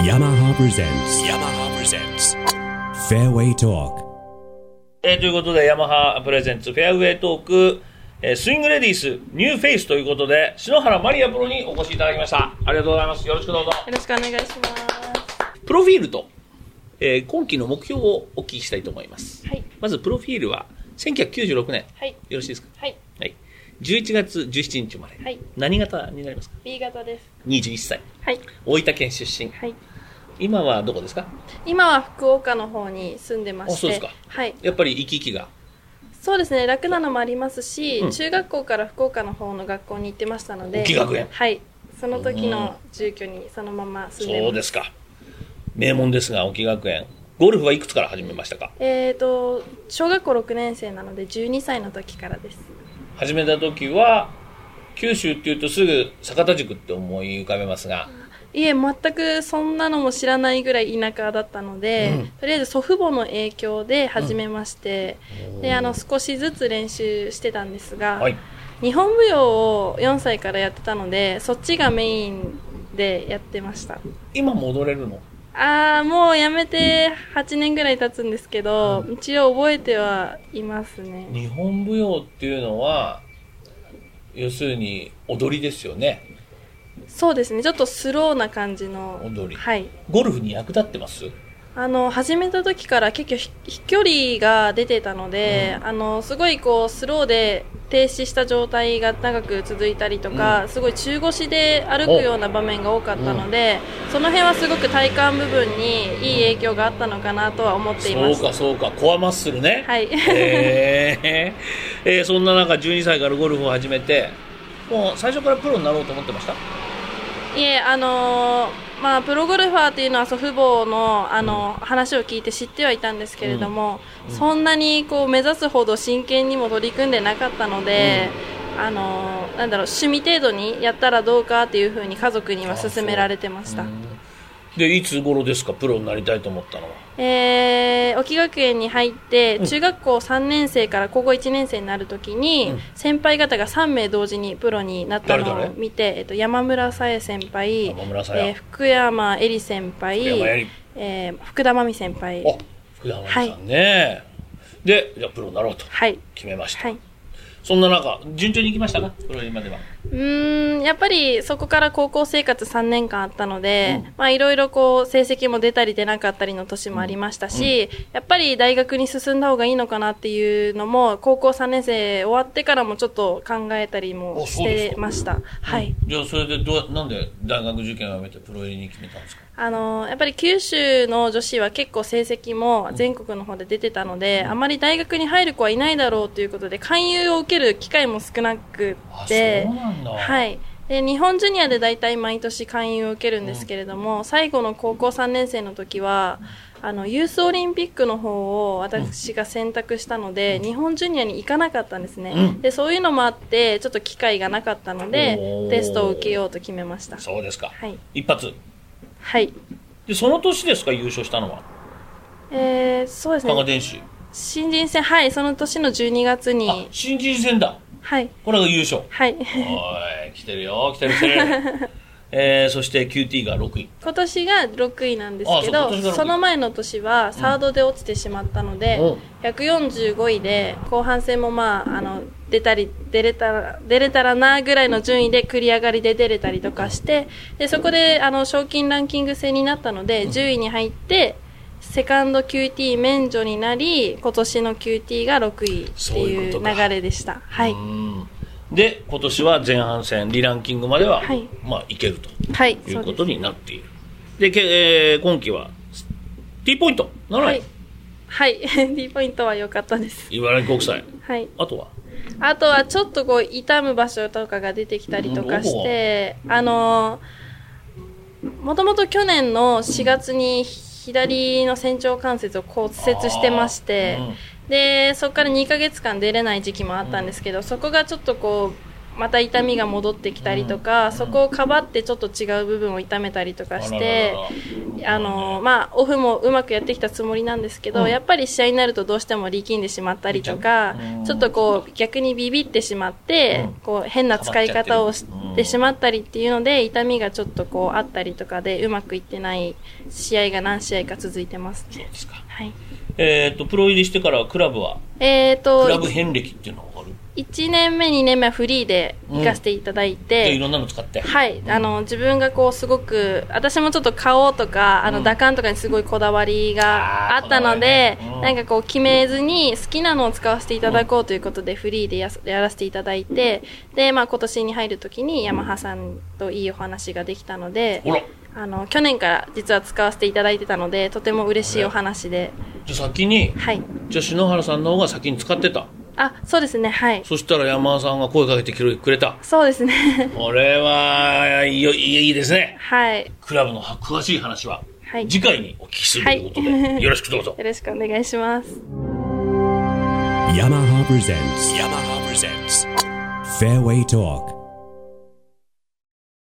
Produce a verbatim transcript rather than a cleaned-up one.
Yamaha presents Yamaha presents Fairway Talk、 えー、ということでヤマハプレゼンツフェアウェイトーク、えー、スイングレディースニューフェイスということで篠原マリアプロにお越しいただきました。ありがとうございます。よろしくどうぞ。 よろしくお願いします。 プロフィールと、えー、今期の目標をお聞きしたいと思います。 はい、 まずプロフィールはせんきゅうひゃくきゅうじゅうろくねん、 はい、 よろしいですか。 はい、 はい、じゅういちがつじゅうしちにち生まれ、 はい、 何型になりますか。 B 型です。 にじゅういっさい、 はい、 大分県出身、 はい、 今はどこですか。 今は福岡の方に住んでまして。 あ、そうですか。 はい、 やっぱり行き来が。 そうですね、楽なのもありますし、 うん、 中学校から福岡の方の学校に行ってましたので、 沖学園、 はい、その時の住居にそのまま住んでます。 そうですか。名門ですが沖学園、ゴルフはいくつから始めましたか。 えーと小学校ろくねん生なのでじゅうにさいの時からです。 始めた時は九州っていうとすぐ酒田塾って思い浮かべますが、 いえ、全くそんなのも知らないぐらい田舎だったので、うん、とりあえず祖父母の影響で始めまして、うん、であの少しずつ練習してたんですが、はい、日本舞踊をよんさいからやってたので、そっちがメインでやってました。 今戻れるの。 あー、もうやめてはちねんぐらい経つんですけど、うん、一応覚えてはいますね。 日本舞踊っていうのは要するに踊りですよね。 そうですね、ちょっとスローな感じの踊り、 はい、 ゴルフに役立ってます。 あの始めた時から結構飛距離が出てたので、うん、あのすごいこうスローで停止した状態が長く続いたりとか、うん、すごい中腰で歩くような場面が多かったので、うん、その辺はすごく体幹部分にいい影響があったのかなとは思っています。 そうかそうか、コアマッスルね。 はい、 えーえー、そんな中じゅうにさいからゴルフを始めて、もう最初からプロになろうと思ってました。 いえ、あのーまあ、プロゴルファーというのは祖父母 の, あの、うん、話を聞いて知ってはいたんですけれども、うん、そんなにこう目指すほど真剣にも取り組んでなかったので、うん、あのなんだろう、趣味程度にやったらどうかというふうに家族には勧められてました。 でいつ頃ですか、プロになりたいと思ったのは。 えー、沖学園に入って中学校さんねん生から高校いちねん生になるときに、うん、先輩方がさんめい同時にプロになったのを見て、えっと、山村さえ先輩、山村さえ、えー、福山えり先輩、えー、福田真美先輩。 あ、福田真美さんね、はい、でじゃあプロになろうと決めました、 はいはい。 そんな中順調にいきましたか、プロ今では。 うーん、やっぱりそこから高校生活さんねんかんあったので、うん、まあいろいろこう成績も出たり出なかったりの年もありましたし、うんうん、やっぱり大学に進んだ方がいいのかなっていうのも高校さんねん生終わってからもちょっと考えたりもしてました。はい、 うん、じゃあそれでどう、なんで大学受験をやめてプロ入りに決めたんですか。 あのやっぱり九州の女子は結構成績も全国の方で出てたので、うん、あまり大学に入る子はいないだろうということで勧誘を受ける機会も少なくて、 そうなんだ。 はい、で日本ジュニアでだいたい毎年勧誘を受けるんですけれども、うん、最後の高校さんねん生の時はあのユースオリンピックの方を私が選択したので、うん、日本ジュニアに行かなかったんですね、うん、でそういうのもあってちょっと機会がなかったのでテストを受けようと決めました。 そうですか、 はい、 一発。 はい。 でその年ですか、優勝したのは。えー、そうですね、 加賀電子新人戦、はい、その年のじゅうにがつに。 あ、新人戦だ。 はい、 これが優勝。 はい。 おい、来てるよ、来てる来てる。えー、そして キューティー がろくい。 今年がろくいなんですけど、 そ, その前の年はサードで落ちてしまったので、うん、ひゃくよんじゅうごいで後半戦も、まあ、あの出たり出れたら出れたらなぐらいの順位で繰り上がりで出れたりとかして、でそこであの賞金ランキング制になったので、うん、じゅういに入ってセカンド キューティー 免除になり、今年の キューティー がろくいっていう流れでした。はい。 で今年は前半戦リランキングまでは、はい、まあ、いけると、 はい、 いうことになっている。でで、えー、今季は T ポイントならない。 はい、はい、T ポイントは良かったです。 茨城国際、 はい、 あとはあとはちょっとこう痛む場所とかが出てきたりとかして、あのもともと去年のしがつに左の仙腸関節を骨折してまして、でそこからにかげつかん出れない時期もあったんですけど、うん、そこがちょっとこうまた痛みが戻ってきたりとか、うん、そこをかばってちょっと違う部分を痛めたりとかして、あのまあオフもうまくやってきたつもりなんですけど、うん、やっぱり試合になるとどうしても力んでしまったりとか、うん、ちょっとこう逆にビビってしまって、うん、こう変な使い方をしてしまったりっていうので、痛みがちょっとこうあったりとかでうまくいってない試合が何試合か続いてます。 そうですか。 はい。 えっとプロ入りしてからクラブは、 えっとクラブ遍歴っていうのは分かる？ いちねんめにねんめはフリーで行かせていただいて、 うん、いろんなの使って、 はい、あの自分がこうすごく私もちょっと顔とかあの、うん、打感とかにすごいこだわりがあったので、ね、うん、なんかこう決めずに好きなのを使わせていただこうということで、うん、フリーで や, やらせていただいて、で、まあ、今年に入るときにヤマハさんといいお話ができたので、 うん、 あの去年から実は使わせていただいてたのでとても嬉しいお話で。 じゃあ先に、 はい、 じゃあ篠原さんの方が先に使ってた？ あ、そうですね、はい。 そしたら山田さんが声かけてくれた？ そうですね。 これはいい、いいですね。 はい。 クラブの詳しい話は、はい、次回にお聞きするということで、はい、よろしくどうぞ。 よろしくお願いします。 Yamaha presents Yamaha presents Fairway Talk